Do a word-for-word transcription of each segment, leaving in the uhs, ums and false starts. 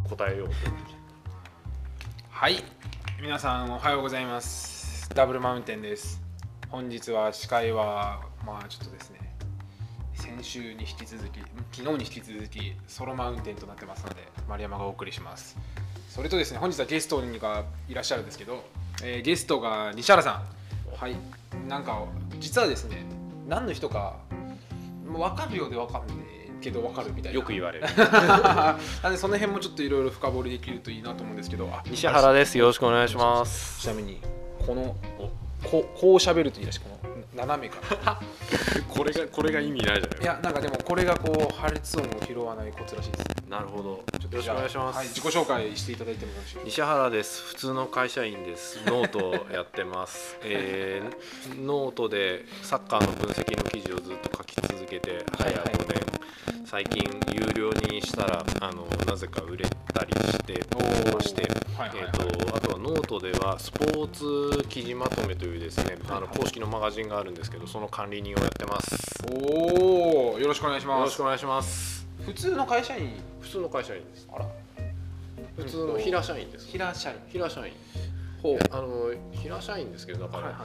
答えようと。 はい、皆さんおはようございます。ダブルマウンテンです。本日は司会はまあちょっとですね、先週に引き続き昨日に引き続きソロマウンテンとなってますので、丸山がお送りします。それとですね、本日はゲストがいらっしゃるんですけど、えー、ゲストが西原さん。はい、なんか実はですね、何の人か分かるようで分かんないけど分かるみたいな、 よく言われるなんでその辺もちょっといろいろ深掘りできるといいなと思うんですけど、あ、 西原です。よろしくお願いします。 ちなみにこのこうこう喋るといいらしい、この斜めからこれがこれが意味ないじゃない。 いや、なんかでもこれがこう破裂音を拾わないコツらしいです。 なるほど。 ちょっとよろしくお願いします。 はい、自己紹介していただいてもよろしいですか。 西原です。普通の会社員です。ノートをやってます。えー、ノートでサッカーの分析の記事をずっと書き続けて早ごねん、はいはい、最近有料にしたらあのなぜか売れたりしてまして、はいはいはい、えーとあとはノートではスポーツ記事まとめというですね、はいはい、あの公式のマガジンがあるんですけど、その管理人をやってます。 おお、よろしくお願いします。 よろしくお願いします。 普通の会社員。 普通の会社員です。 あら、 普通の平社員です。 平社員。 平社員。ほう。あの平社員ですけど、だから、はいはい、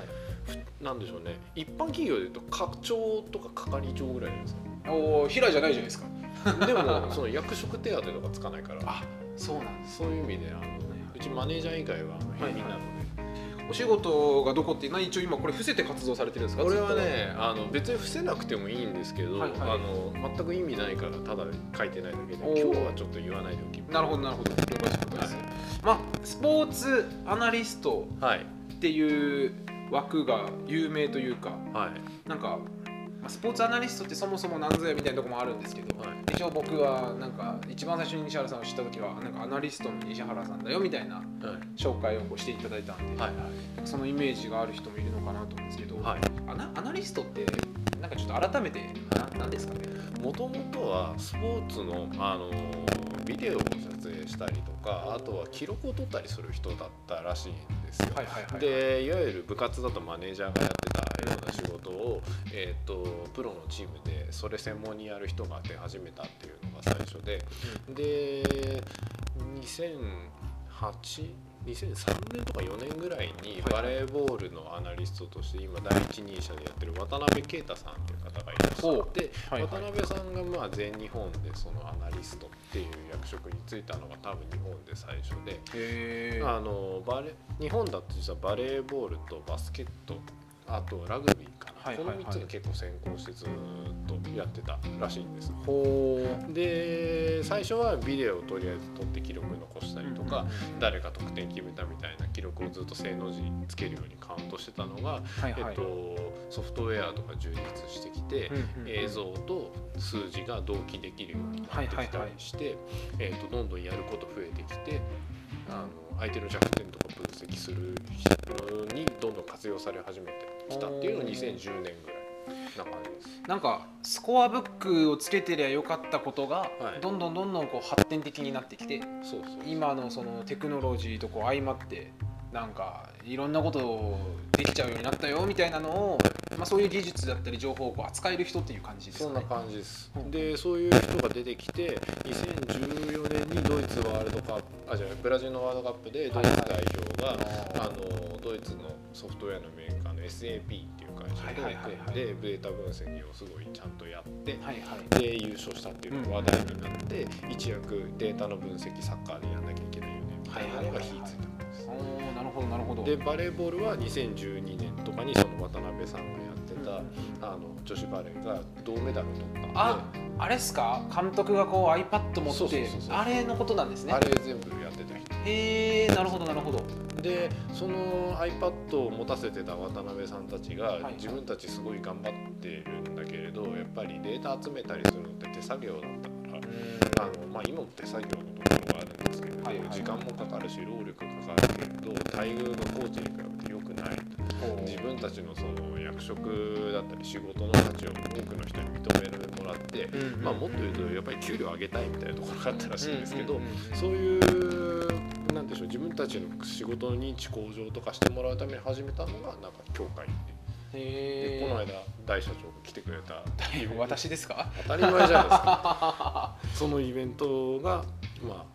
なんでしょうね。一般企業でいうと課長とか係長ぐらいですか。 おお、平じゃないじゃないですか。 でもその役職手当とかつかないから。 あ、そうなんです。 そういう意味であの、うちマネージャー以外は平民なので。はいはい、 お仕事がどこっていうのは一応今これ伏せて活動されてるんですか。 これはね、あの別に伏せなくてもいいんですけど、はいはい、あの全く意味ないからただ書いてないだけで、今日はちょっと言わないでおきます。 なるほどなるほど、了解です、了解です。はい、まあスポーツアナリストっていう枠が有名というか、はい、なんかスポーツアナリストってそもそも何ぞやみたいなところもあるんですけど、はい、一応僕はなんか一番最初に西原さんを知った時はなんかアナリストの西原さんだよみたいな紹介をこうしていただいたんで、はいはい、そのイメージがある人もいるのかなと思うんですけど、はい、アナ、アナリストってなんかちょっと改めて何ですかね。 もともとはスポーツの、あのー、ビデオを撮影したりとか、あとは記録を取ったりする人だったらしいんですよ。はいはいはいはい、でいわゆる部活だとマネージャーがやってたような仕事を、えー、とプロのチームでそれ専門にやる人が出始めたっていうのが最初で、うん、でにせんはち、にせんさんねんとかよねんぐらいにバレーボールのアナリストとして今第一人者でやってる渡辺啓太さんという方がいらっしゃって、はいはい、渡辺さんがまあ全日本でそのアナリストっていう役職に就いたのが多分日本で最初で、へあのバレ日本だと実はバレーボールとバスケット、あとラグビーかな、はいはいはい、このみっつが結構先行してずっとやってたらしいんです。ほう。で最初はビデオをとりあえず撮って記録残したりとか、うん、誰が得点決めたみたいな記録をずっと正の字つけるようにカウントしてたのが、はいはい、えっと、ソフトウェアとか充実してきて、うんうん、映像と数字が同期できるようになってきたりして、はいはいはい、えっと、どんどんやること増えてきて、あの相手の弱点とか分析するのにどんどん活用され始めてきたっていうのがにせんじゅうねんぐらいな感じです。 なんかスコアブックをつけてりゃよかったことが、はい、どんどんどんどんこう発展的になってきて、そうそうそう、今のそのテクノロジーとこう相まってなんかいろんなことできちゃうようになったよみたいなのを、まあ、そういう技術だったり情報をこう扱える人っていう感じですかね。 そんな感じです、うん、でそういう人が出てきてにせんじゅうよねんにドイツワールドカップあじゃあブラジルのワールドカップでドイツ代表が、はいはい、あのドイツのソフトウェアのメーカーの エスエーピー っていう会社で、はいはいはいはい、でデータ分析をすごいちゃんとやって、はいはい、で優勝したっていうのが話題になって、うん、一躍データの分析サッカーでやんなきゃいけないよねみたいなのが火ついたんです。 なるほどなるほど。 でバレーボールはにせんじゅうにねんとかにその渡辺さんがやってた、うん、あの女子バレーが銅メダルを取ったんで、 あ、あれっすか、監督がこう iPad 持って、そうそうそうそう、あれのことなんですね。 あれ全部やってた人。 へえ、なるほどなるほど。 でその iPad を持たせてた渡辺さんたちが、はいはい、自分たちすごい頑張ってるんだけれど、やっぱりデータ集めたりするのって手作業だったから、あの、まあ、今も手作業のところがあるんですけれど、はいはいはい、時間もかかるし労力かかるけれど待遇がコーチに比べて良くないと。自分たちのその役職だったり仕事の価値を多くの人に認めてもらって、うんうん、まあ、もっと言うとやっぱり給料上げたいみたいなところがあったらしいんですけど、うんうんうん、そういうなんでしょう、自分たちの仕事の認知向上とかしてもらうために始めたのがなんか協会っていう。でこの間大社長が来てくれた私ですか。 当たり前じゃないですかそのイベントがまあ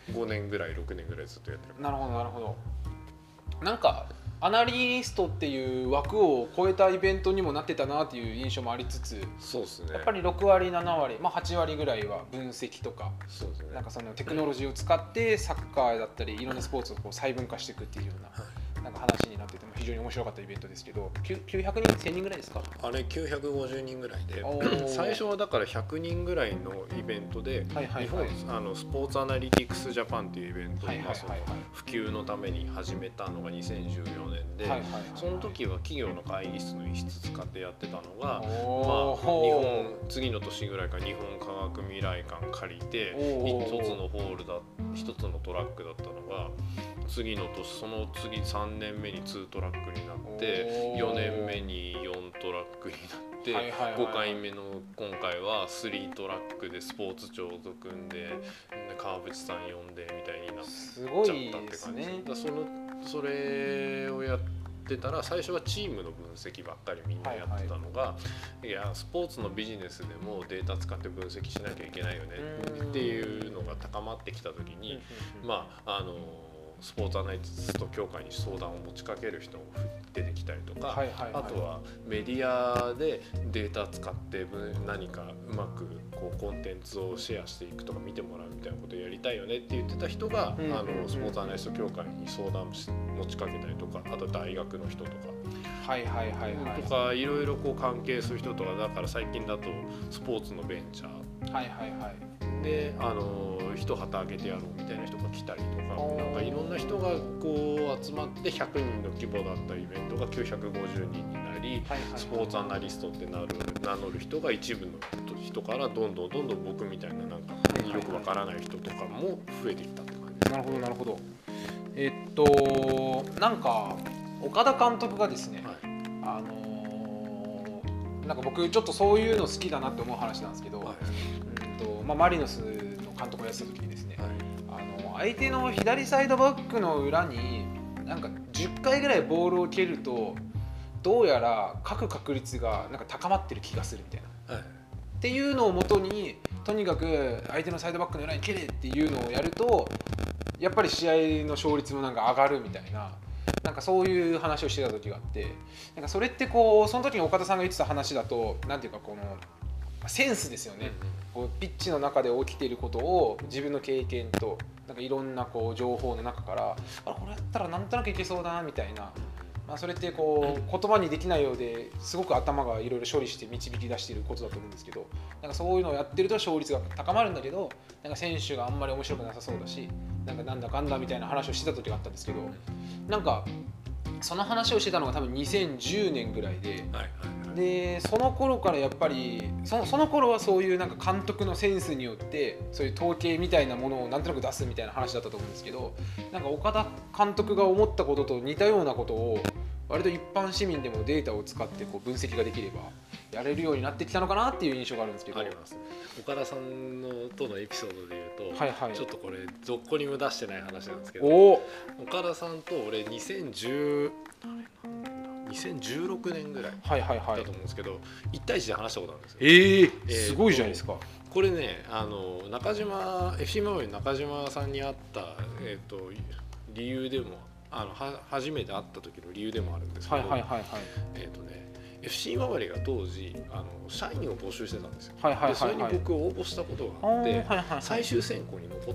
ごねんぐらいろくねんぐらいずっとやってる。 なるほどなるほど。なんかアナリストっていう枠を超えたイベントにもなってたなっていう印象もありつつ、 そうですね、 やっぱりろくわりななわり、まあ、はちわりぐらいは分析とか、 そうですね、 なんかそのテクノロジーを使ってサッカーだったりいろんなスポーツをこう細分化していくっていうような、なんか話になってても非常に面白かったイベントですけど、きゅうひゃくにんせんにんぐらいですか？ あれきゅうひゃくごじゅうにんぐらいでおー最初はだからひゃくにんぐらいのイベントで、 はいはい日はい本あのスポーツアナリティクスジャパンっていうイベントをはいはいはいはい普及のために始めたのがにせんじゅうよねんで、 はいはいはいはいその時は企業の会議室の一室使ってやってたのが、まあ、日おー本次の年ぐらいから日本科学未来館借りておー一つのホールだ一つのトラックだったのが、次の年その次さんねんめににトラックになっておーよねんめによんトラックになってはいはいはいはいごかいめの今回はさんトラックでスポーツ庁と組んで川淵さん呼んでみたいになっすちゃごいったってです感じです。 ね。 だからそのそれをやってたら最初はチームの分析ばっかりみんなやってたのが、はい、いやスポーツのビジネスでもデータ使って分析しなきゃいけないよねっていうのが高まってきた時に、まああのスポーツアナリスト協会に相談を持ちかける人も出てきたりとか、 はいはいはい、 あとはメディアでデータ使って何かうまくこうコンテンツをシェアしていくとか見てもらうみたいなことをやりたいよねって言ってた人が、うんうんうん、あのスポーツアナリスト協会に相談し持ちかけたりとか、あと大学の人とか。 はいはいはいはい、 とかいろいろこう関係する人とか、だから最近だとスポーツのベンチャー、 はいはいはい、 であの一旗あげてやろうみたいな人が来たりとか、なんかいろんな人がこう集まってひゃくにんの規模だったイベントがきゅうひゃくごじゅうにんになり、はいはいはい、スポーツアナリストってなる名乗る人が一部の人からどんどんどんどん僕みたいななんかよくわからない人とかも増えてきたって感じです。 なるほどなるほど。えっとなんか岡田監督がですね、はい、あのー、なんか僕ちょっとそういうの好きだなって思う話なんですけど、はい、うんとまあ、マリノスの監督をやってた時にですね、はい、あの相手の左サイドバックの裏になんかじゅっかいぐらいボールを蹴るとどうやら書く確率がなんか高まってる気がするみたいな、はい、っていうのをもとにとにかく相手のサイドバックの裏に蹴れっていうのをやるとやっぱり試合の勝率もなんか上がるみたいな、なんかそういう話をしてた時があって、なんかそれってこうその時に岡田さんが言ってた話だとなんていうかこのセンスですよね、こうピッチの中で起きていることを自分の経験となんかいろんなこう情報の中からあこれやったらなんとなくいけそうだなみたいな、まあ、それってこう言葉にできないようですごく頭がいろいろ処理して導き出していることだと思うんですけど、なんかそういうのをやってると勝率が高まるんだけど、なんか選手があんまり面白くなさそうだし、なんかなんだかんだみたいな話をしてた時があったんですけど、なんかその話をしてたのが多分にせんじゅうねんぐらいで、はいはいはい、でその頃からやっぱり そ, その頃はそういうなんか監督のセンスによってそういう統計みたいなものをなんとなく出すみたいな話だったと思うんですけど、なんか岡田監督が思ったことと似たようなことを割と一般市民でもデータを使ってこう分析ができればやれるようになってきたのかなっていう印象があるんですけど。 あります。岡田さんのとのエピソードでいうと、 はいはい、 ちょっとこれどこにも出してない話なんですけど、岡田さんと俺にせんじゅうにせんじゅうろくねんぐらいだと思うんですけど、はいはいはい、いち対いちで話したことあるんですよ。 えー、えー、すごいじゃないですか。 これね、あの中島 エフシー ママリの中島さんに会った、えー、と理由でもあのは初めて会った時の理由でもあるんですけど、はいはいはいはい、えっ、ー、とねエフシー 周りが当時あの社員を募集してたんですよ、はいはいはいはい、でそれに僕応募したことがあって、はいはいはい、最終選考に残った、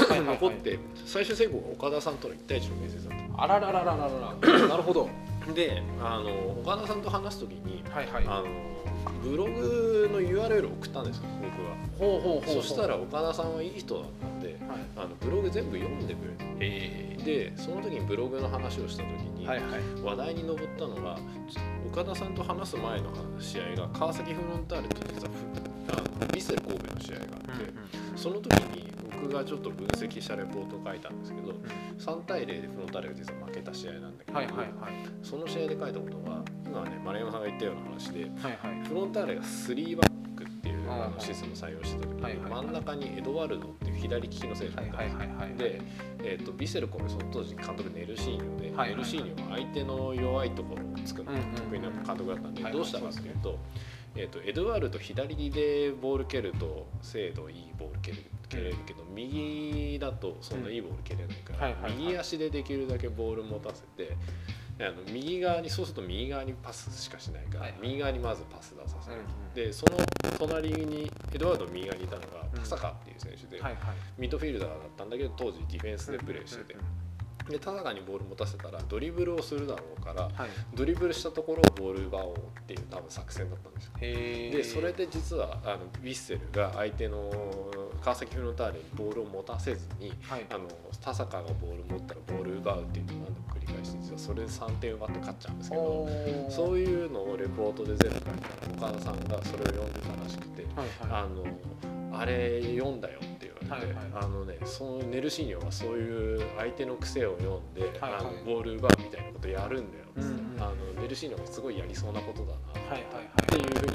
はいはいはい、残って最終選考が岡田さんとのいち対いちの面接だった。 あららららららなるほど。 であの岡田さんと話す時に、はいはい、あのブログの ユーアールエル を送ったんですよ僕は。ほうほうほうほう。そしたら岡田さんはいい人だったんで、はい、あのブログ全部読んでくれて、えー、でその時にブログの話をした時に、はいはい、話題に上ったのが岡田さんと話す前の試合が川崎フロンターレと実はあのヴィッセル神戸の試合があって、うんうん、その時に僕がちょっと分析したレポートを書いたんですけど、うん、さん対ゼロでフロンターレが実は負けた試合なんだけど、はいはいはい、その試合で書いたことが今はね丸山さんが言ったような話で、はいはい、フロンターレがスリーバックっていうあのシステムを採用してた時に、はいはいはい、真ん中にエドワルドっていう左利きの選手がいたんですよ、はいはいはいはい、で、えーと、ヴィッセル神戸その当時監督ネルシーニョで、はいはいはい、ネルシーニョは相手の弱いところをつくのが得意な監督だったんで、はいはい、どうしたかっていうと、 えー、とエドワールと左でボール蹴ると精度いいボール蹴る蹴れるけど、うん、右だとそんないいボール蹴れないから、うんはいはいはい、右足でできるだけボール持たせてあの右側にそうすると右側にパスしかしないから、はいはい、右側にまずパス出させる、うんうん、でその隣にエドワールの右側にいたのが田坂っていう選手で、うんはいはい、ミッドフィールダーだったんだけど当時ディフェンスでプレーしてて、うんうんうんで田坂にボール持たせたらドリブルをするだろうから、はい、ドリブルしたところをボール奪おうっていう多分作戦だったんですよ。へでそれで実はあのヴィッセルが相手の川崎フロンターレにボールを持たせずに、はい、あの田坂がボール持ったらボール奪うっていうのを何度も繰り返して実はそれでさんてん奪って勝っちゃうんですけどそういうのをレポートで全部書いたら岡田さんがそれを読んでたらしくて、はいはい、あのあれ読んだよって言われて、はいはい、あのね、そのネルシーニョはそういう相手の癖を読んで、はいはい、あのボール奪うみたいなことやるんだよって、うんうん、あのネルシーニョがすごいやりそうなことだなっていうふうに、ね、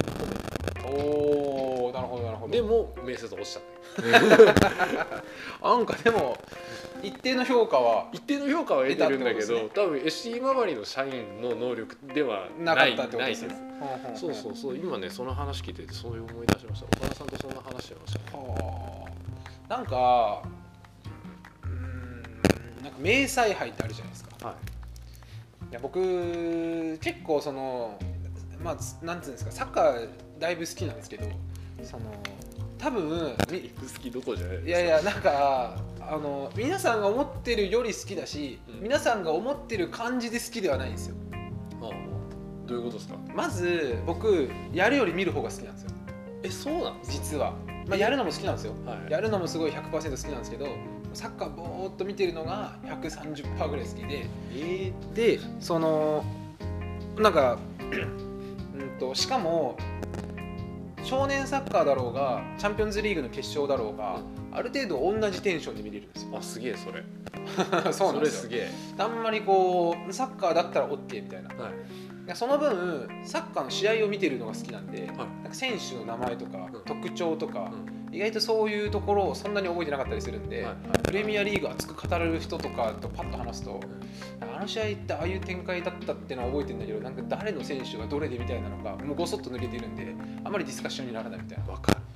おー、なるほどなるほど。 でも面接落ちちゃったなんかでも一定の評価は一定の評価は得てるんだけど、ね、多分 エスシー 周りの社員の能力ではないなかったってことですね。 そうそうそう、今ねその話聞いててそういう思い出しました。岡田さんとそんな話してました、ね、はあ、なんかうーんなんか名采配ってあるじゃないですか。はい、いや僕結構そのまあなんていうんですか、サッカーだいぶ好きなんですけど、その多分好きどころじゃないですか。 いやいやなんかあの皆さんが思ってるより好きだし、うん、皆さんが思ってる感じで好きではないんですよ。 はあ、どういうことですか。 まず僕やるより見る方が好きなんですよ。 え、そうなんですか。 実は、まあ、やるのも好きなんですよ、はい、やるのもすごい ひゃくパーセント 好きなんですけど、サッカーぼーっと見てるのが ひゃくさんじゅっパーセント ぐらい好きで、えー、でそのなんかうんとしかも少年サッカーだろうがチャンピオンズリーグの決勝だろうが、ある程度同じテンションで見れるんですよ。 あ、すげえそれそうなんですよ。 それすげえ。 あんまりこうサッカーだったら OK みたいな、はい、その分サッカーの試合を見てるのが好きなんで、はい、なんか選手の名前とか、うん、特徴とか、うん、意外とそういうところをそんなに覚えてなかったりするんで、はいはい、プレミアリーグ熱く語る人とかとパッと話すと、うん、あの試合ってああいう展開だったってのは覚えてるんだけど、なんか誰の選手がどれでみたいなのがもうごそっと抜けてるんであんまりディスカッションにならないみたいな。 わかる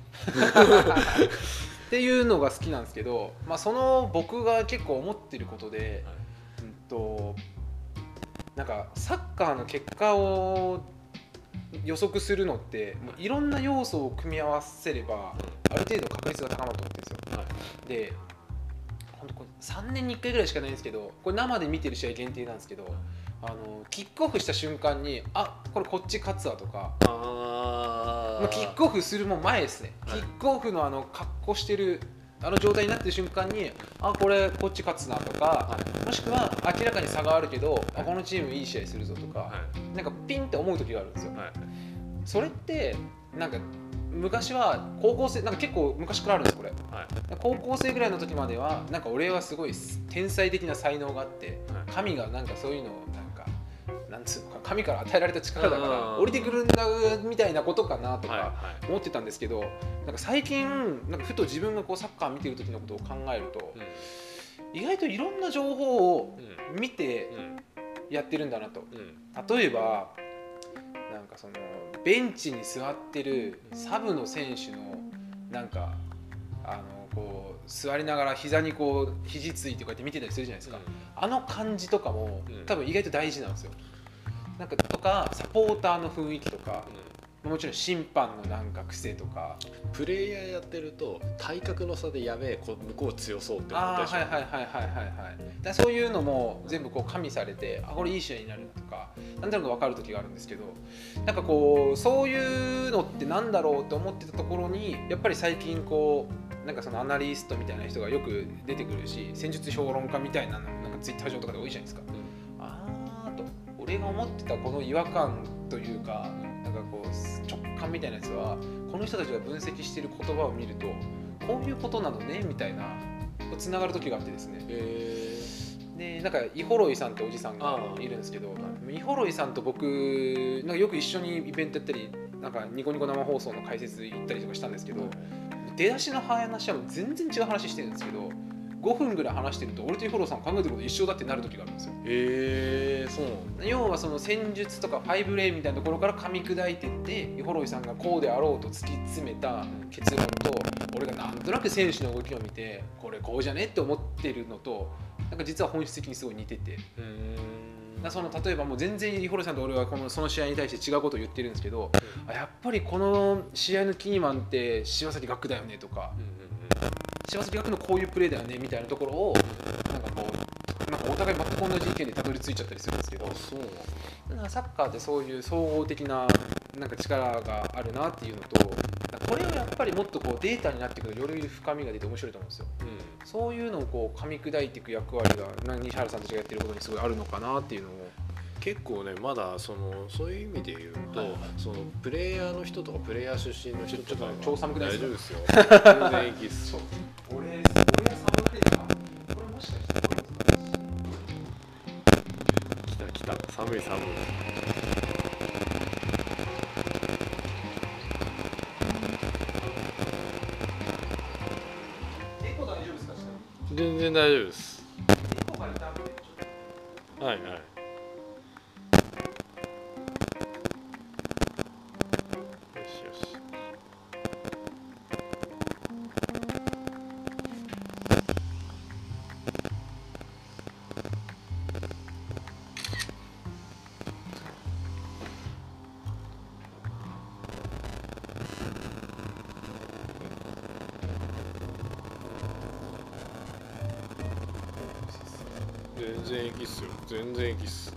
っていうのが好きなんですけど、まあ、その僕が結構思ってることで、はい、うんとなんかサッカーの結果を予測するのってもういろんな要素を組み合わせればある程度確率が高まると思ってるんですよ。はい、で本当これさんねんにいっかいぐらいしかないんですけど、これ生で見てる試合限定なんですけど、あのキックオフした瞬間にあこれこっち勝つわとか、あキックオフするも前ですね、はい、キックオフのあの格好してるあの状態になってる瞬間にあこれこっち勝つなとか、はい、もしくは明らかに差があるけど、はい、あこのチームいい試合するぞとか、はい、なんかピンって思う時があるんですよ。はい、それってなんか昔は高校生なんか結構昔からあるんですこれ、はい、高校生ぐらいの時まではなんか俺はすごい天才的な才能があって、はい、神がなんかそういうのをなんかなんつうのか神から与えられた力だから降りてくるんだみたいなことかなとか思ってたんですけど、なんか最近なんかふと自分がこうサッカー見てる時のことを考えると、うん、意外といろんな情報を見てやってるんだなと、うん、例えばなんかそのベンチに座ってるサブの選手のなんかあのこう座りながら膝にこう肘ついてこうやって見てたりするじゃないですか、うん、あの感じとかも多分意外と大事なんですよ。なんかとかサポーターの雰囲気とか、うん、もちろん審判のなんか癖とか、 プレイヤーやってると体格の差でやべえ向こう強そうって思ったりします。 はいはいはいはいはいはいだそういうのも全部こう加味されてあこれいい試合になるとかなんとなく分かる時があるんですけど、なんかこうそういうのってなんだろうと思ってたところにやっぱり最近こうなんかそのアナリストみたいな人がよく出てくるし、戦術評論家みたいなのなんかツイッター上とかで多いじゃないですか、うん、あーと俺が思ってたこの違和感というかなんかこう直感みたいなやつはこの人たちが分析している言葉を見るとこういうことなのねみたいなつながる時があってですね、えー、でなんかイホロイさんっておじさんがいるんですけど、イホロイさんと僕なんかよく一緒にイベントやったりなんかニコニコ生放送の解説行ったりとかしたんですけど、出だしの話は全然違う話してるんですけど、 ごふんぐらい話してると俺とイホロさん考えてること一緒だってなる時があるんですよ。 へえー、そうなんだ。 要はその戦術とかファイブレイみたいなところから噛み砕いていってイホロイさんがこうであろうと突き詰めた結論と俺がなんとなく選手の動きを見てこれこうじゃねって思ってるのとなんか実は本質的にすごい似てて、 うーんだその例えばもう全然イホロイさんと俺はこのその試合に対して違うことを言ってるんですけど、うん、やっぱりこの試合のキーマンって柴崎岳だよねとか、うんうんうん、柴崎岳のこういうプレーだよねみたいなところをなんかこうなんかお互い全く同じ意見でたどり着いちゃったりするんですけど、 そうなんかサッカーってそういう総合的ななんか力があるなっていうのと、これをやっぱりもっとこうデータになってくるとより深みが出て面白いと思うんですよ、うん、そういうのをこう噛み砕いていく役割が西原さんたちがやってることにすごいあるのかなっていうのを結構ねまだそのそういう意味で言うと、はい、そのプレイヤーの人とかプレイヤー出身の人とか超寒くないですか？ 大丈夫ですよ全然息っす俺俺は寒くないかこれもしかして来た来た寒い寒い全然大丈夫です。はいはい。よしよし。全然息っすよ。全然息っす。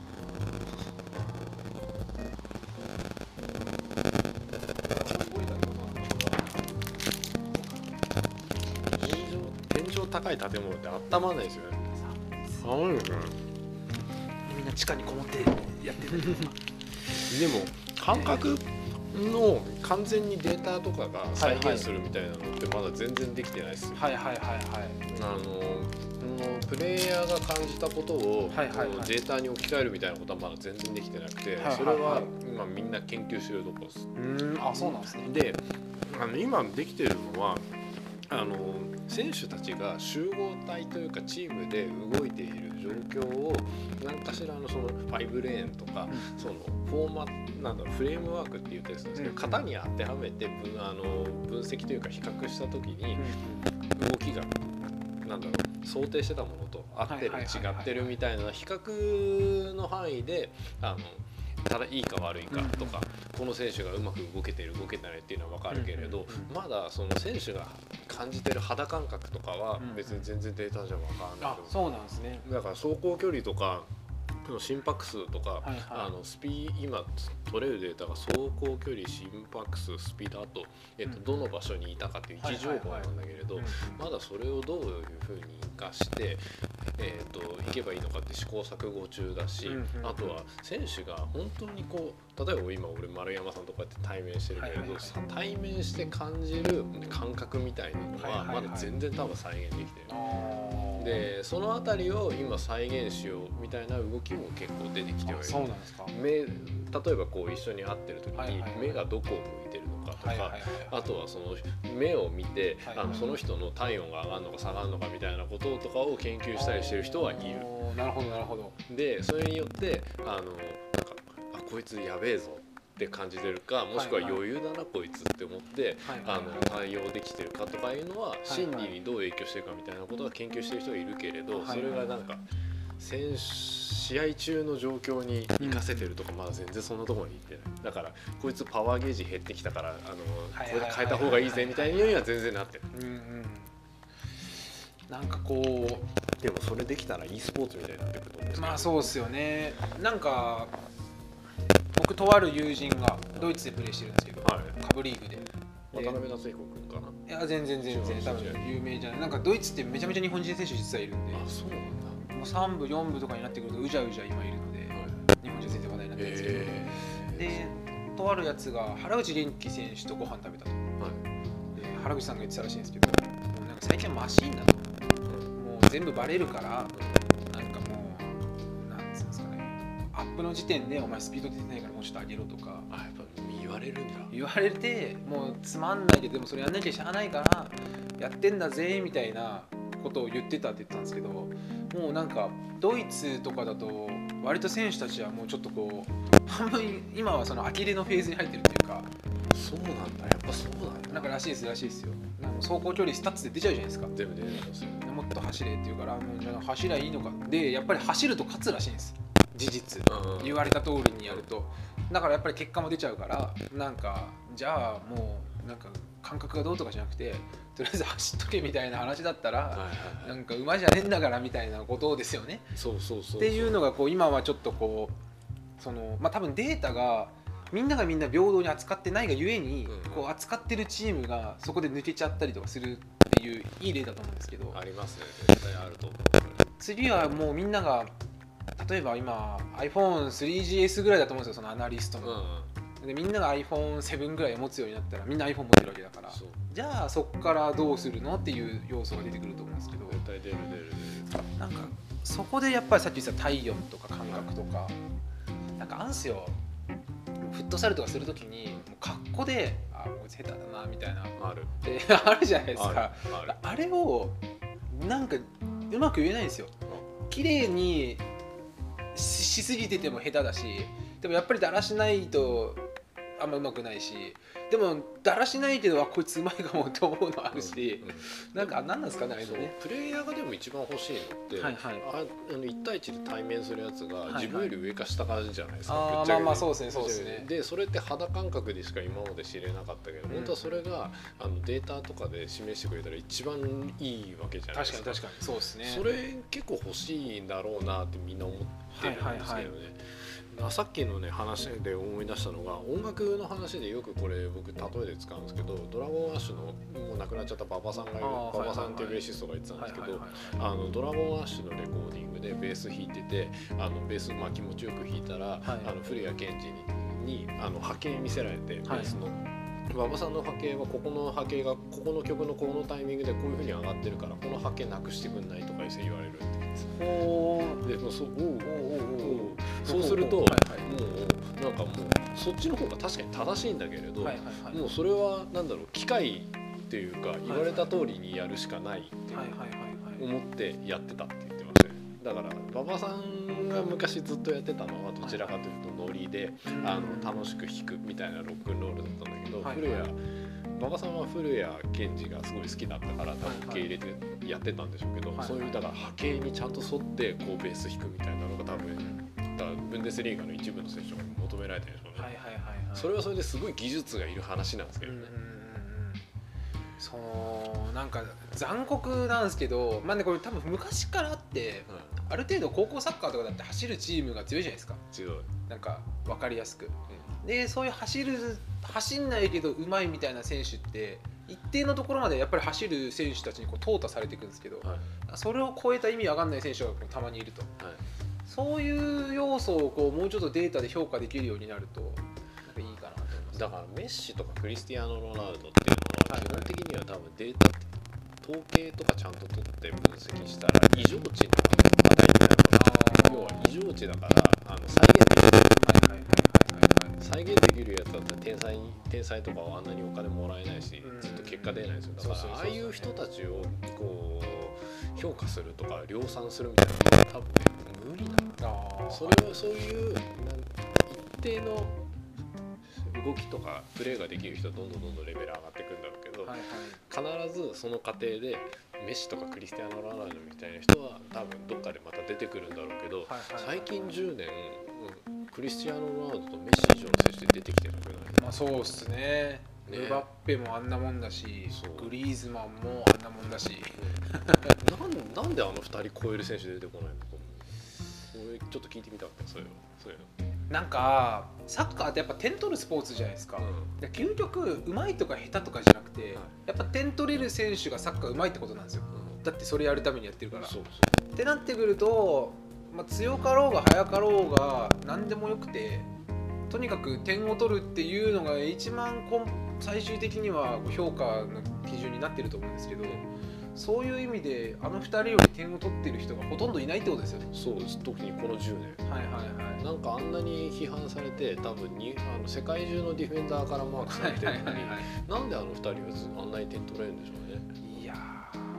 天井、天井高い建物って温まらないですよね。寒いですね。 みんな地下にこもってやってる。 でも感覚の完全にデータとかが再現するみたいなのってまだ全然できてないですよ。 はいはいはいはい。 あのプレイヤーが感じたことをデータに置き換えるみたいなことはまだ全然できてなくて、それは今みんな研究してるところです。 うん、あ、そうなんですね。 で、あの今できてるのはあの選手たちが集合体というかチームで動いている状況を何かしらのそのファイブレーンとか、うん、そのフォーマットなんだろうフレームワークっていうテストですけど、うん、型に当てはめて分あの分析というか比較した時に動きがなんだろう想定してたものと合ってる違ってるみたいな比較の範囲であのただいいか悪いかとか、うん、この選手がうまく動けてる動けてないっていうのは分かるけれど、うん、まだその選手が感じてる肌感覚とかは別に全然データじゃ分かんない、 うん、あ、そうなんですね。 だから走行距離とか心拍数とか、はいはい、あのスピ今取れるデータが走行距離、心拍数、スピード、あと、えっと、どの場所にいたかっていう位置情報なんだけれど、まだそれをどういうふうに生かして、えー、といけばいいのかって試行錯誤中だし、あとは選手が本当にこう例えば今俺丸山さんとかって対面してるけれど、はいはいはい、対面して感じる感覚みたいなのはまだ全然多分再現できてる。でそのあたりを今再現しようみたいな動きも結構出てきてはいる。 そうなんですか。 目例えばこう一緒に会ってる時に目がどこを向いてるのかとか、あとはその目を見て、はいはい、あのその人の体温が上がるのか下がるのかみたいなこととかを研究したりしてる人はいる。 なるほどなるほど。 でそれによってあのなんかあこいつやべえぞって感じてるか、もしくは余裕だな、はいはい、こいつって思って、はいはい、あの対応できてるかとかいうのは心理にどう影響してるかみたいなことは研究してる人はいるけれど、はいはい、それがなんか選手試合中の状況に生かせてるとかまだ全然そんなところに行ってない。だからこいつパワーゲージ減ってきたからあのこれ変えた方がいいぜみたいには全然なってる。 うんうん、なんかこうでもそれできたら e スポーツみたいになってくると思うんですけど。 まあそうですよね。なんか僕とある友人がドイツでプレーしてるんですけど、はい、カブリーグで渡辺夏彦君かな。 いや全然全然多分有名じゃない。なんかドイツってめちゃめちゃ日本人選手実はいるんで、 あ、そうなんだ。 もうさん部よん部とかになってくるとうじゃうじゃ今いるので、はい、日本人全然話題になってるんですけど、でとあるやつが原口元気選手とご飯食べたと、はい、で原口さんが言ってたらしいんですけど、もうなんか最近はマシーンだと、うん、もう全部バレるから、なんかもうなんつうんですかね、アップの時点でお前スピード出てないからもうちょっと上げろとか、 あ、やっぱ言われるんだ。 言われて、もうつまんないででもそれやんなきゃしゃあないからやってんだぜみたいなことを言ってたって言ってたんですけど、もうなんかドイツとかだと割と選手たちはもうちょっとこう半分今はその呆れのフェーズに入ってるっていうか。 そうなんだ、やっぱそうなんだ。 なんからしいですらしいですよ。なんか走行距離スタッツで出ちゃうじゃないですか。 全部出るんですよ。 もっと走れって言うからもうじゃあ走りゃいいのかで、やっぱり走ると勝つらしいんです。事実、うん、言われた通りにやると。だからやっぱり結果も出ちゃうから、なんかじゃあもうなんか感覚がどうとかじゃなくて、とりあえず走っとけみたいな話だったら、はいはいはい、なんか馬じゃねえんだからみたいなことですよね。 そうそうそうそうっていうのがこう今はちょっとこうそのまあ多分データがみんながみんな平等に扱ってないがゆえに、うん、こう扱ってるチームがそこで抜けちゃったりとかするっていういい例だと思うんですけど。 ありますね、絶対あると思う。 次はもうみんなが例えば今 アイフォンスリージーエス ぐらいだと思うんですよ、そのアナリストの、うん、でみんなが アイフォンセブン ぐらい持つようになったらみんな iPhone 持ってるわけだから、じゃあそこからどうするのっていう要素が出てくると思うんですけど、 絶対出る出る出る。 なんかそこでやっぱりさっき言った体温とか感覚とか、なんかあんすよ、フットサルとかするときにもう格好であもう下手だなみたいなあるであるじゃないですか。 あ, あ, あれをなんかうまく言えないんですよ。綺麗に し, しすぎてても下手だし、でもやっぱりだらしないとあんまうまくないし、でもだらしないけどあこいつうまいかもって思うのあるし、うんうん、なんか何なんですかね、あれね。 プレイヤーがでも一番欲しいのって、はいはい、ああのいち対いちで対面するやつが自分より上か下かじゃないですか、 はいはい、あまあまあそうですねそうですね。 でそれって肌感覚でしか今まで知れなかったけど、うん、本当はそれがあのデータとかで示してくれたら一番いいわけじゃないですか。 確かに確かにそうですね。 それ結構欲しいんだろうなってみんな思ってるんですけどね、はいはいはい。さっきのね話で思い出したのが、音楽の話でよくこれ僕例えで使うんですけど、ドラゴンアッシュのもう亡くなっちゃった馬場さんがいる、馬場さんっていうベーシストが言ってたんですけど、あのドラゴンアッシュのレコーディングでベース弾いてて、あのベースまあ気持ちよく弾いたら、はい、あの古谷健二ににあの波形見せられて、ベースの、はい、馬場さんの波形はここの波形がここの曲のこのタイミングでこういう風に上がってるからこの波形なくしてくんないとか言われるって言うんです。でもそうおうおうおうおうそうすると、はいはい、もうなんかもうそっちの方が確かに正しいんだけれど、はいはいはい、もうそれはなんだろう機械っていうか言われた通りにやるしかないって思ってやってたって言ってましたね。だから馬場さんが昔ずっとやってたのはどちらかというとノリであの楽しく弾くみたいなロックンロールだったんだけど、はいはい、古谷馬場さんは古谷健二がすごい好きだったから多分受け入れてやってたんでしょうけど、はいはい、そういうだから波形にちゃんと沿ってこうベース弾くみたいなのが多分ブンデスリーガの一部の選手が求められてるんでしょうね、はいはいはいはい、それはそれですごい技術がいる話なんですけどね。うんうんうん、 そのなんか残酷なんですけど、まあね、これ多分昔からあって、うん、ある程度高校サッカーとかだって走るチームが強いじゃないですか。 強い。 なんか分かりやすく、うん、でそういう走る走んないけどうまいみたいな選手って一定のところまでやっぱり走る選手たちにこう淘汰されていくんですけど、はい、それを超えた意味わかんない選手がたまにいると、はい、そういう要素をこうもうちょっとデータで評価できるようになるとなんかいいかなと思います。 だからメッシとかクリスティアーノ・ロナウドっていうのは基本的には多分データって統計とかちゃんと取って分析したら異常値の値になるから、要は異常値だからあの再現できる、はいはいはいはい、再現できるやつだったら天才天才とかはあんなにお金もらえないし、ずっと結果出ないんですよ。だからああいう人たちをこう評価するとか量産するみたいなのは多分ね無理なんだ。それはそういう一定の動きとかプレーができる人はどんどんどんどんレベル上がっていくんだろうけど、はいはい、必ずその過程でメッシとかクリスティアーノ・ロナウドみたいな人は多分どっかでまた出てくるんだろうけど、はいはいはい、最近じゅうねん、うん、クリスティアーノ・ロナウドとメッシ以上の選手で出てきてなくない？ まあそうっすね。エバッペもあんなもんだし、グリーズマンもあんなもんだし、 なん、なんであのふたり超える選手出てこないのか俺ちょっと聞いてみたかった。そういうのそういうのなんかサッカーってやっぱ点取るスポーツじゃないですか、うん、究極うまいとか下手とかじゃなくて、はい、やっぱ点取れる選手がサッカーうまいってことなんですよ、うん、だってそれやるためにやってるから。そうそうってなってくると、まあ、強かろうが速かろうが何でもよくてとにかく点を取るっていうのが一番最終的には評価の基準になってると思うんですけど、そういう意味であのふたりより点を取ってる人がほとんどいないってことですよね。 そうです。特にこのじゅうねん、はいはいはい、なんかあんなに批判されて多分にあの世界中のディフェンダーからマークされてるのに、はいはいはいはい、なんであのふたりはあんなに点取れるんでしょうね。 いや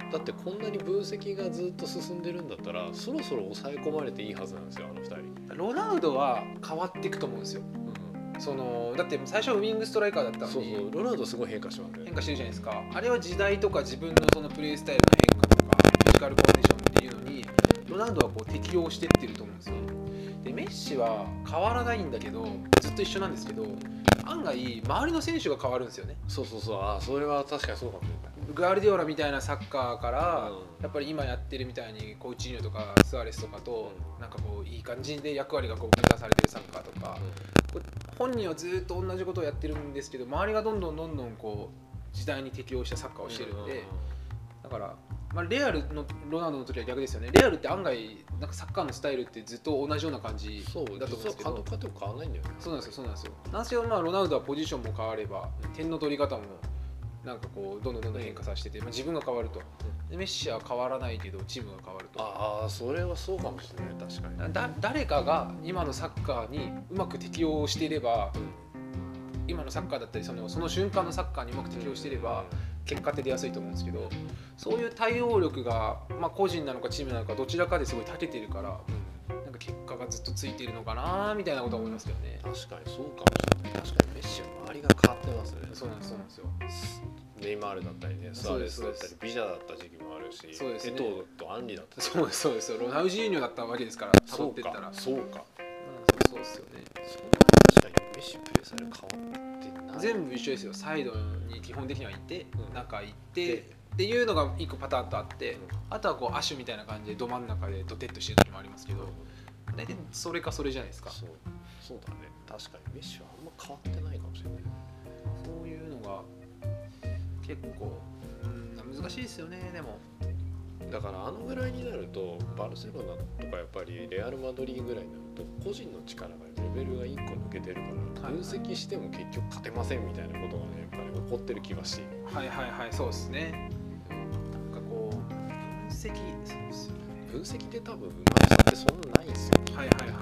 だってこんなに分析がずっと進んでるんだったらそろそろ抑え込まれていいはずなんですよ、あのふたり。 ロナウドは変わっていくと思うんですよ、うん、そのだって最初ウィングストライカーだったのに、 そうそうロナウドすごい変化しますね。 変化してるじゃないですか。あれは時代とか自分のそのプレースタイルの変化とかフィジカルコンディションっていうのにロナウドはこう適応していってると思うんですよ。でメッシは変わらないんだけどずっと一緒なんですけど、案外周りの選手が変わるんですよね。 そうそうそう、あそれは確かにそうかもしれない。 グアルディオラみたいなサッカーから、 うん、 やっぱり今やってるみたいにコーチーニョとかスアレスとかと、うん、なんかこういい感じで役割がこう分担されてるサッカーとか、うん、本人はずっと同じことをやってるんですけど周りがどんどんどんどんこう時代に適応したサッカーをしてるんで、だから、まあ、レアルのロナウドの時は逆ですよね。レアルって案外なんかサッカーのスタイルってずっと同じような感じだと思うんですけど、 監督と変わらないんだよね。 そうなんですよ、そうなんですよ。なんですけど、まあロナウドはポジションも変われば、うん、点の取り方もなんかこうどんどんどんどん変化させてて、まあ、自分が変わると。でメッシは変わらないけどチームが変わると。 ああ、それはそうかもしれない。確かに。 だ誰かが今のサッカーにうまく適応していれば、うん、今のサッカーだったりそのその瞬間のサッカーにうまく適応していれば、うん、結果って出やすいと思うんですけど、そういう対応力が、まあ、個人なのかチームなのかどちらかですごい長けてるから、うん、なんか結果がずっとついているのかなみたいなことは思いますけどね。 確かにそうかもしれない。確かにメッシは周りが変わってますね。 そうなんです、そうなんですよ。 ネイマールだったりね、スアレスだったりビジャだった時期もあるし、 そうですね、 エトーとアンリだったり。 そうですそうです。ロナウジーニョだったわけですから、 辿ってったら。そうか。そうか。 うん、そうですよね。 そんな確かにメッシプレースタイル変わってない。 全部一緒ですよ。サイドに基本的にはいて、うん、中行ってっていうのが一個パターンとあって、うん、あとはこうアシュみたいな感じでど真ん中でドテッとしてる時もありますけど、大体それかそれじゃないですか。 そう、そうだね。確かにメッシはあんま変わってないかもしれない。 そういうのが結構、うん、難しいですよね。でもだからあのぐらいになるとバルセロナとかやっぱりレアル・マドリーぐらいになると個人の力がレベルがいっこ抜けてるから分析しても結局勝てませんみたいなことがねやっぱり起こってる気がして。 はいはいはい、そうですね。なんかこう分析、そうですよね。 分析って多分うまさってそんなないんですよ。 はいはいはいはい。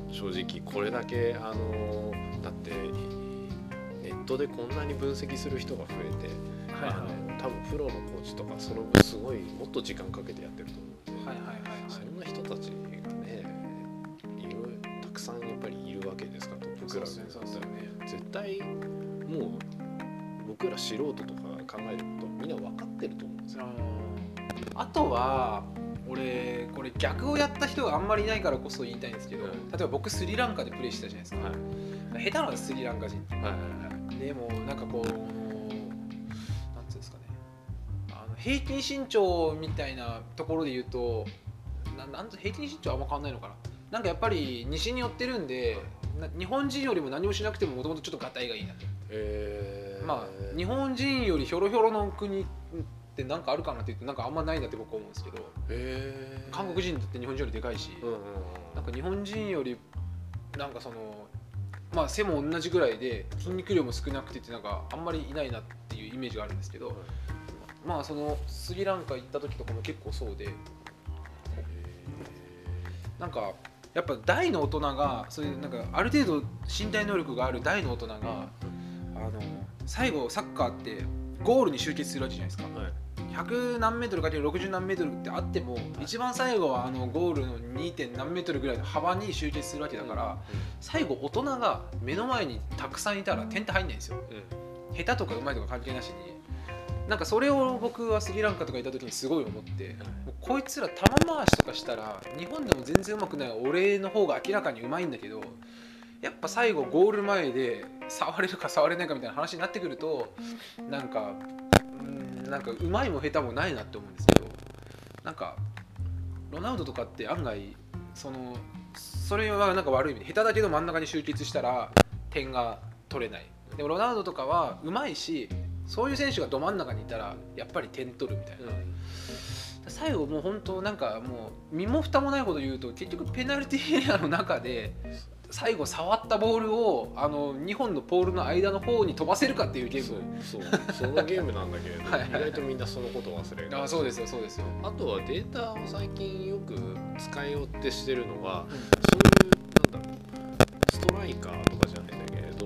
正直これだけあのだってネットでこんなに分析する人が増えて、はいはい、あの多分プロのコーチとかその分すごいもっと時間かけてやってると思うので、はいはいはいはい、そんな人たちがねいるたくさんやっぱりいるわけですからトップクラブで、そうですよね。絶対もう僕ら素人とか考えることみんな分かってると思うんですよ。 あとは俺これ逆をやった人があんまりいないからこそ言いたいんですけど、うん、例えば僕スリランカでプレーしてたじゃないですか、はい、下手なんですスリランカ人って、はいはいはい、でもなんかこうなんていうんですかね、あの平均身長みたいなところで言うとななん平均身長あんま変わんないのかな。なんかやっぱり西に寄ってるんで、はい、日本人よりも何もしなくてももともとちょっとガタイがいいなと、えー、まあ日本人よりひょろひょろの国ってなんかあるかなって言ってなんかあんまないなって僕は思うんですけど、へー、韓国人だって日本人よりでかいし、うんうんうん、なんか日本人よりなんかそのまあ背も同じぐらいで筋肉量も少なくてってなんかあんまりいないなっていうイメージがあるんですけど、うん、まあそのスリランカ行った時とかも結構そうで、なんかやっぱ大の大人がそういうなんかある程度身体能力がある大の大人があの最後サッカーってゴールに集結するわけじゃないですか、はい、ひゃく何メートルかけるろくじゅう何メートルってあっても、はい、一番最後はあのゴールの に. 点何メートルぐらいの幅に集結するわけだから、うんうん、最後大人が目の前にたくさんいたら点って入んないんですよ、うん、下手とか上手いとか関係なしに。なんかそれを僕はスリランカとかいた時にすごい思って、もうこいつら球回しとかしたら日本でも全然うまくない俺の方が明らかにうまいんだけど、やっぱ最後ゴール前で触れるか触れないかみたいな話になってくるとなんかうんなんかうまいも下手もないなって思うんですけど、なんかロナウドとかって案外そのそれはなんか悪い意味で下手だけど真ん中に集結したら点が取れない。でもロナウドとかはうまいしそういう選手がど真ん中にいたらやっぱり点取るみたいな、うん、最後もう本当なんかもう身も蓋もないほど言うと結局ペナルティーエリアの中で最後触ったボールをあのにほんのポールの間の方に飛ばせるかっていうゲーム。 そうそうそのゲームなんだけれどはい、意外とみんなそのことを忘れる。 あ、そうですよそうですよ。 あとはデータを最近よく使いよってしてるのは、うん、そういうなんだろうストライカーとかじゃないんだけれど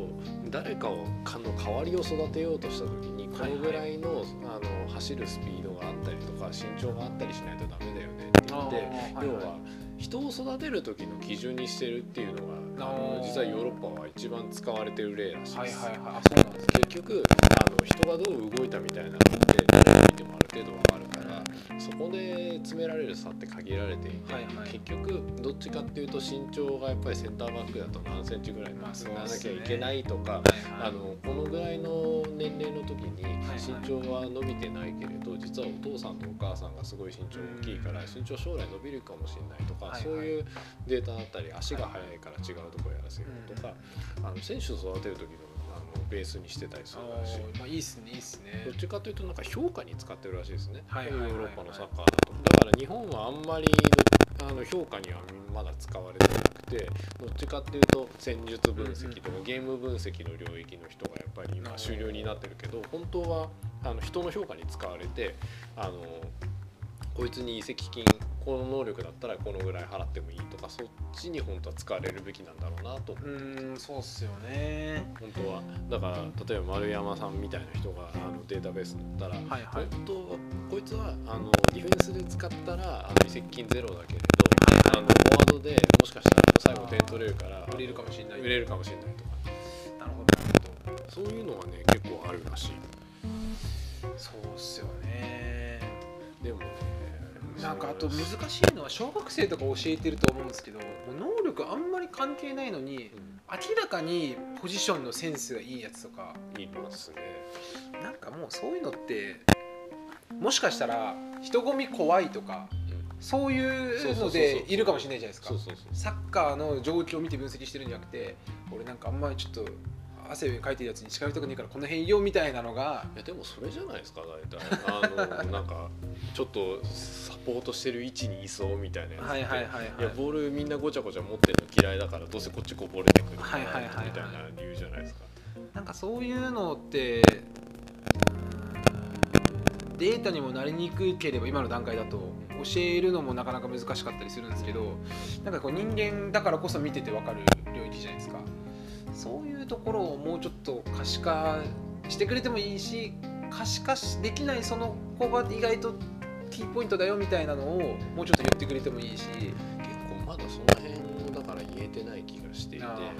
誰かをかの代わりを育てようとした時にこのぐらいの、はいはい、あの走るスピードがあったりとか身長があったりしないとダメだよねって言って、はいはい、要は人を育てる時の基準にしてるっていうのがあの実はヨーロッパは一番使われてる例らしいです。 はいはいはい、あ、そうなんです。 結局あの人がどう動いたみたいなのって誰が見てもある程度わかるから、そこで詰められる差って限られていて、はいはい、結局どっちかっていうと身長がやっぱりセンターバックだと何センチぐらいにならなきゃいけないとか、まあね、あのこのぐらいの年齢の時に身長は伸びてないけれど、実はお父さんとお母さんがすごい身長大きいから身長将来伸びるかもしれないとか、はいはい、そういうデータだったり足が速いから違うところやらせるとか、あの選手を育てる時のベースにしてたりするらしい。 まあいいっすね、いいっすね。 どっちかというとなんか評価に使ってるらしいですね。 はいはいはいはい、 ヨーロッパのサッカーだと。だから日本はあんまりあの評価にはまだ使われてなくて、どっちかっていうと戦術分析とかゲーム分析の領域の人がやっぱり今主流になってるけど、本当はあの人の評価に使われて、あのこいつに移籍金この能力だったらこのぐらい払ってもいいとか、そっちに本当は使われるべきなんだろうなと思って。うーん、そうっすよね。 本当はだから例えば丸山さんみたいな人があのデータベースに載ったら、はいはい、本当はこいつはあのディフェンスで使ったらあの移籍金ゼロだけれど、あのフォワードでもしかしたら最後点取れるから売れるかもしれない売れるかもしれないとか。 なるほどなるほど。 そういうのがね結構あるらしい。 そうっすよね。 でもね、 なんかあと難しいのは小学生とか教えてると思うんですけど、もう能力あんまり関係ないのに、うん、明らかにポジションのセンスがいいやつとかいますね。 なんかもうそういうのってもしかしたら人混み怖いとか、うん、そういうのでいるかもしれないじゃないですか。サッカーの状況を見て分析してるんじゃなくて、俺なんかあんまりちょっと汗かいてるやつに近寄りたくないからこの辺いいよみたいなのが。 いやでもそれじゃないですか大体。あのなんかちょっとサポートしてる位置にいそうみたいなやつって、はいはいはいはい、いやボールみんなごちゃごちゃ持ってるの嫌いだからどうせこっちこぼれてくるからみたいな理由じゃないですか。 なんかそういうのってデータにもなりにくければ今の段階だと教えるのもなかなか難しかったりするんですけど、なんかこう人間だからこそ見てて分かる領域じゃないですか。そういうところをもうちょっと可視化してくれてもいいし、可視化できないその子が意外とキーポイントだよみたいなのをもうちょっと言ってくれてもいいし、結構まだその辺だから言えてない気がしていて、はいはい、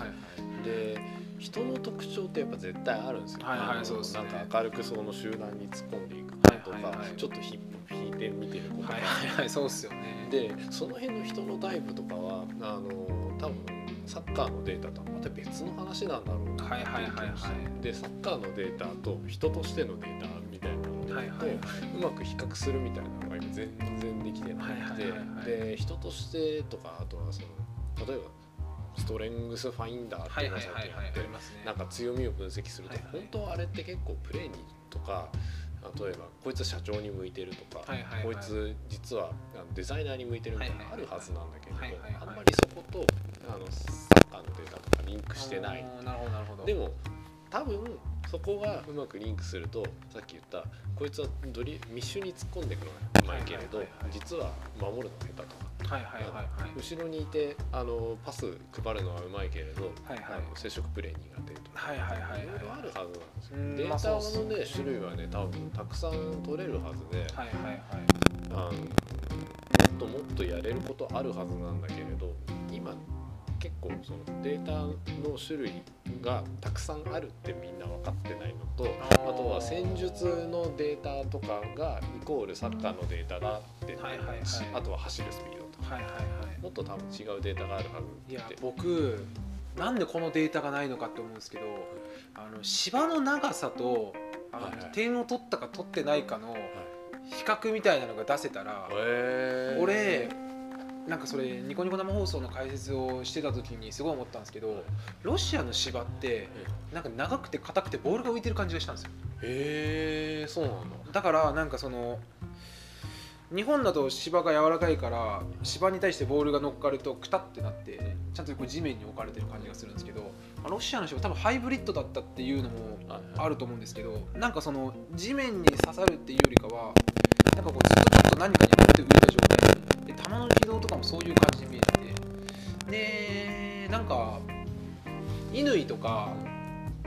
で人の特徴ってやっぱ絶対あるんですよ。はいはい、そうですね。なんか明るくその集団に突っ込んでいくこととか、はいはいはい、ちょっとヒップ引いて見てることとか、はいはいはい、そうですよね。でその辺の人のタイプとかはあの多分サッカーのデータとはまた別の話なんだろうなっていう気がして、でサッカーのデータと人としてのデータみたいなのと、はいはいはい、うまく比較するみたいなのが今全然できてなくて、はいはいはいはい、で人としてとかあとはその例えばストレングスファインダーっていうのがさっきあって、なんか強みを分析すると、はいはい、本当はあれって結構プレーにとか、例えばこいつ社長に向いてるとか、はいはいはい、こいつ実はデザイナーに向いてるみたいなのあるはずなんだけど、はいはいはい、あんまりそことあのサッカーのデータとかリンクしてない。なるほどなるほど。でも多分そこがうまくリンクすると、さっき言ったこいつはドリ密集に突っ込んでいくのがうまいけれど、はいはいはいはい、実は守るの下手とか、はいはいはいはい、後ろにいてあのパス配るのはうまいけれど、はいはい、あの接触プレー苦手とか、はいはいはいはい、いろいろあるはずなんですよ。データの、ね、種類はね多分たくさん取れるはずで、はいはいはい、あのもっともっとやれることあるはずなんだけれど、今結構そのデータの種類がたくさんあるってみんな分かってないのと、あとは戦術のデータとかがイコールサッカーのデータだってなるし、あとは走るスピードとか、はいはいはい、もっと多分違うデータがあるはずって。いや僕なんでこのデータがないのかって思うんですけど、あの芝の長さとあの、はいはい、点を取ったか取ってないかの比較みたいなのが出せたら、俺なんかそれニコニコ生放送の解説をしてた時にすごい思ったんですけど、ロシアの芝ってなんか長くて硬くてボールが浮いてる感じがしたんですよ。へえ、そうなんだ。だからなんかその日本だと芝が柔らかいから芝に対してボールが乗っかるとクタってなってちゃんとこう地面に置かれてる感じがするんですけど、ロシアの芝多分ハイブリッドだったっていうのもあると思うんですけど、なんかその地面に刺さるっていうよりかはなんかこうずっとちょっと何かに当てて浮いた状態で、球の軌道とかもそういう感じに見えてて、でなんか乾とか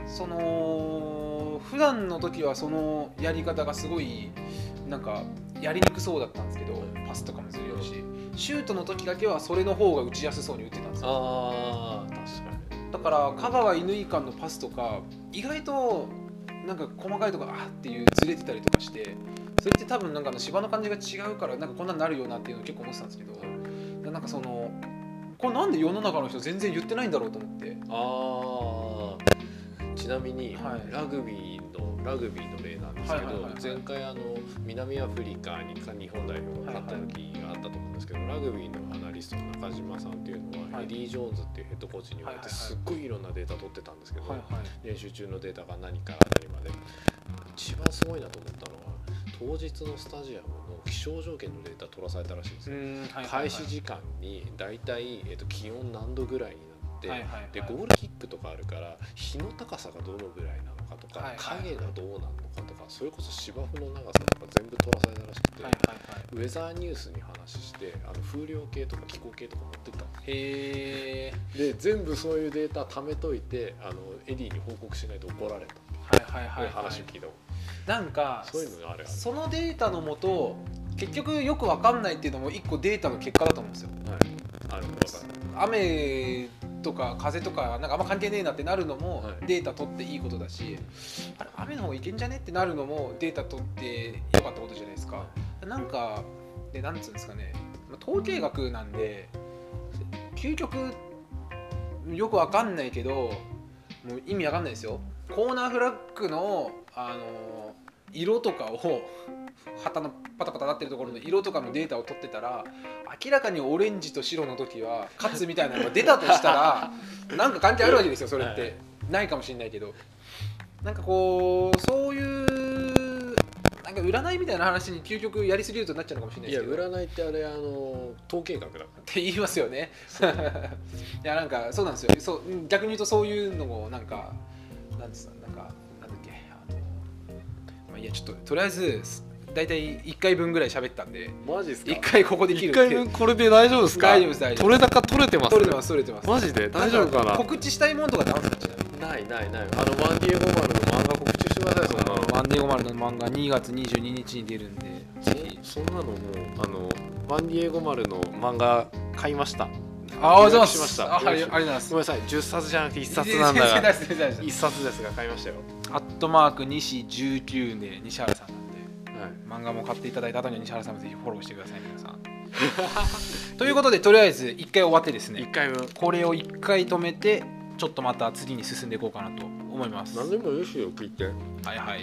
その普段の時はそのやり方がすごいなんかやりにくそうだったんですけど、パスとかもずれるし、シュートの時だけはそれの方が打ちやすそうに打ってたんですよ。 ああ確かに。 だから香川乾間のパスとか意外となんか細かいとこあっていうずれてたりとかして、それって多分なんかの芝の感じが違うからなんかこんなになるよなっていうのを結構思ってたんですけど、なんかそのこれなんで世の中の人全然言ってないんだろうと思って。 ああちなみに、はい、ラグビーのラグビーの例なんですけど、前回あの南アフリカに日本代表が勝った時があったと思うんですけど、はいはい、ラグビーのアナリストの中島さんっていうのは、はい、エディ・ジョーンズっていうヘッドコーチに言われてすっごいいろんなデータ取ってたんですけど、はいはい、練習中のデータが何から何まで一番すごいなと思ったのは当日のスタジアムの気象条件のデータ取らされたらしいんですよ。はいはいはい、開始時間にだいたい、えーと、気温何度ぐらいになって、はいはいはい、でゴールキックとかあるから日の高さがどのぐらいなのかとか、はいはいはい、影がどうなのかとか、それこそ芝生の長さとか全部取らされたらしくて、はいはいはい、ウェザーニュースに話してあの風量計とか気候計とか持ってった。へー。で全部そういうデータ貯めといてあのエディに報告しないと怒られた。はいはいはい、はい、話を聞いた。 なんかそういうのがあるある。 そのデータのもと結局よく分かんないっていうのも一個データの結果だと思うんですよ。はい、ある雨とか風とかなんかあんま関係ねえなってなるのもデータ取っていいことだし、あれ雨の方がいけんじゃねってなるのもデータ取ってよかったことじゃないですか。なんかでなんつうんですかね、統計学なんで究極よく分かんないけどもう意味分かんないですよ。コーナーフラッグの、あのー、色とかを旗のパタパタなってるところの色とかのデータを取ってたら明らかにオレンジと白の時は勝つみたいなのが出たとしたらなんか関係あるわけですよ。それって、はい、ないかもしれないけど、なんかこうそういうなんか占いみたいな話に究極やりすぎるとなっちゃうのかもしれないですけど、 いや占いってあれあの統計学だからって言いますよね。いやなんかそうなんですよ。そう逆に言うとそういうのもなんかなんですなんかなんだっけあの、まあ、いやちょっととりあえずだいたいいっかいぶんぐらい喋ったんで。 マジですか。 いっかいここで切るって。 いっかいぶんこれで大丈夫ですか。 大丈夫です大丈夫です。 取れ高取れてます。 取れてます取れてます。 マジで大丈夫かな。 告知したいものとかってあるんですか。ちなみにないないない。あのワンディエゴマルの漫画告知してください。そんなの。 ワンディエゴマルの漫画にがつにじゅうににちに出るんで、ぜひ。 そんなのもあのワンディエゴマルの漫画買いました。 ああ、そうしました。 ありがとうございます。 ごめんなさい、じゅっさつじゃなくていっさつなんだが。いっさつですが買いましたよ。 アットマーク西じゅうきゅうで西原さんなんで、はい、漫画も買っていただいた後には西原さんもぜひフォローしてください皆さん。ということでとりあえずいっかい終わってですね。 いっかいぶん。 これをいっかい止めてちょっとまた次に進んでいこうかなと思います。 何でもいいですよ聞いて。 はいはい。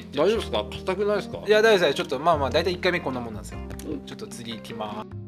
大丈夫ですか。硬くないですか。 いや大丈夫です。ちょっとまあまあ大体いっかいめこんなもんなんですよ。うん、ちょっと次行きます。